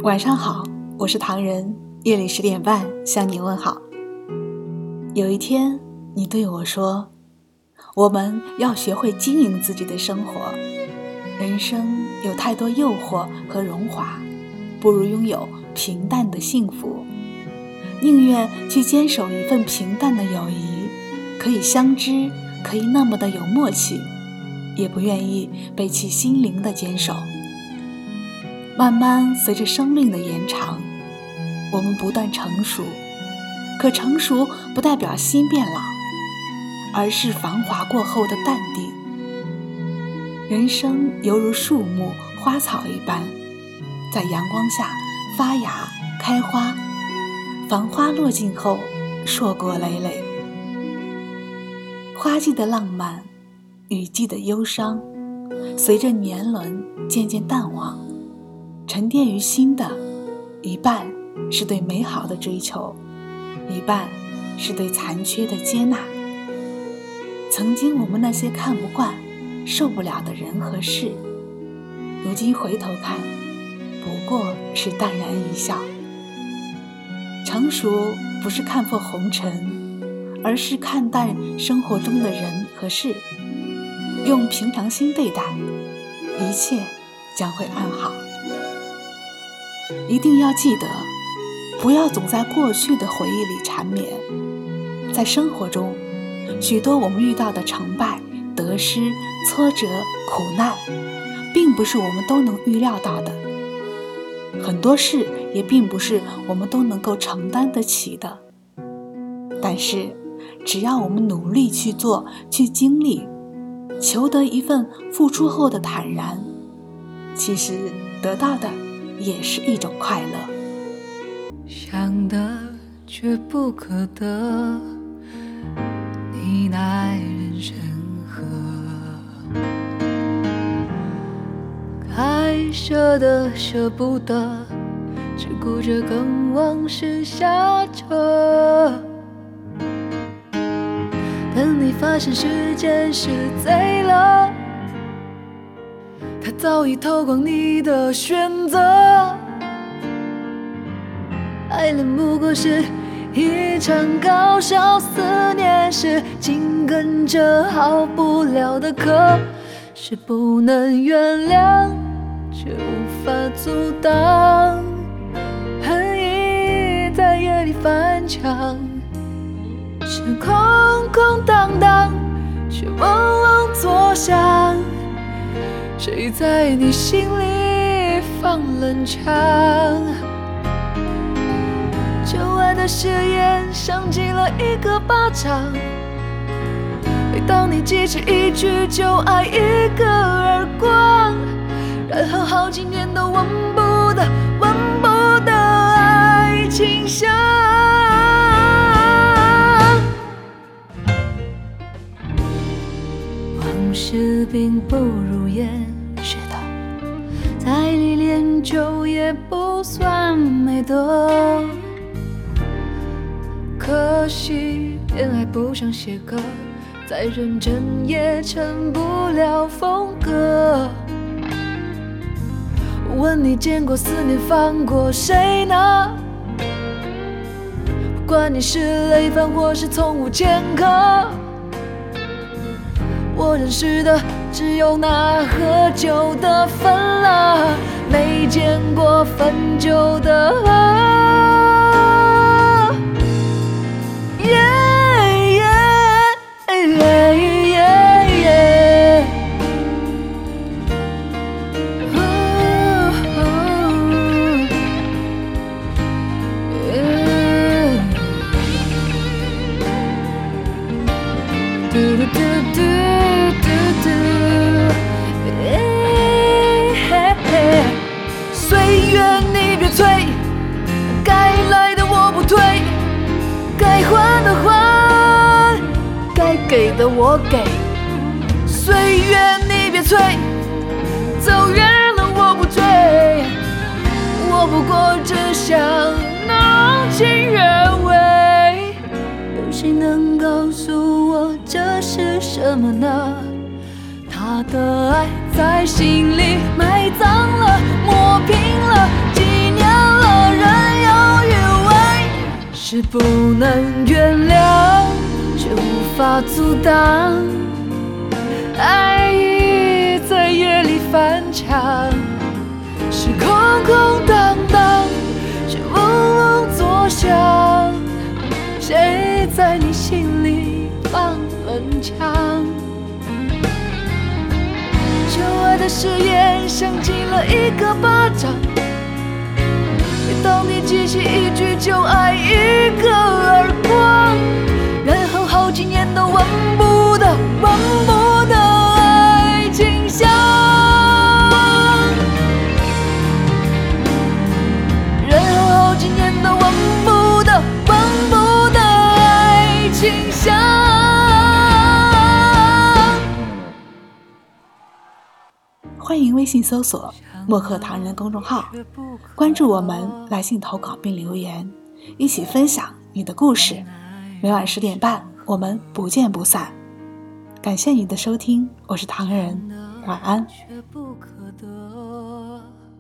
晚上好，我是唐人，夜里10点半向你问好。有一天你对我说，我们要学会经营自己的生活，人生有太多诱惑和荣华，不如拥有平淡的幸福，宁愿去坚守一份平淡的友谊，可以相知，可以那么的有默契，也不愿意背弃心灵的坚守。慢慢随着生命的延长，我们不断成熟，可成熟不代表心变老，而是繁华过后的淡定。人生犹如树木花草一般，在阳光下发芽开花，繁花落尽后硕果累累。花季的浪漫，雨季的忧伤，随着年轮渐渐淡忘，沉淀于心的一半是对美好的追求，一半是对残缺的接纳。曾经我们那些看不惯受不了的人和事，如今回头看不过是淡然一笑。成熟不是看破红尘，而是看淡生活中的人和事，用平常心对待，一切将会安好。一定要记得，不要总在过去的回忆里缠绵。在生活中，许多我们遇到的成败、得失、挫折、苦难，并不是我们都能预料到的，很多事也并不是我们都能够承担得起的。但是只要我们努力去做，去经历，求得一份付出后的坦然，其实得到的也是一种快乐。 想得却不可得，你奈人生何？该舍的舍不得，只顾着跟往事瞎扯。等你发现时间是醉了，它早已偷光你的选择。爱恋不过是一场高烧，思念是紧跟着好不了的渴，是不能原谅却无法阻挡，恨意在夜里翻墙，是空空荡荡却嗡嗡作响，谁在你心里放冷枪？旧爱的誓言像极了一个巴掌，每当你记起一句就爱一个耳光，然后好几年都闻不得爱情香。往事并不如烟，是的，再历练就也不算美德。可惜恋爱不像写歌，再认真也成不了风格。问你见过思念放过谁呢？不管你是累犯或是从无前科，我认识的只有那喝酒的分了，没见过分酒的岁月你别催，该来的我不退，该还的还，该给的我给。岁月你别催，走远了我不追，我不过只想能情愿味。有谁能告诉我这是什么呢？他的爱在心里埋葬了，磨平了，纪念不能原谅，却无法阻挡。爱意在夜里翻墙，是空空荡荡，却嗡嗡作响。谁在你心里放冷枪？旧爱的誓言像极了一个巴掌，每当你记起一句就爱，一个耳光，然后好几年都闻不到爱情香。然后好几年都闻不到爱情香。 欢迎微信搜索墨客唐人公众号，关注我们，来信投稿并留言，一起分享你的故事。每晚10点半，我们不见不散。感谢你的收听，我是唐人，晚安。 却不可得。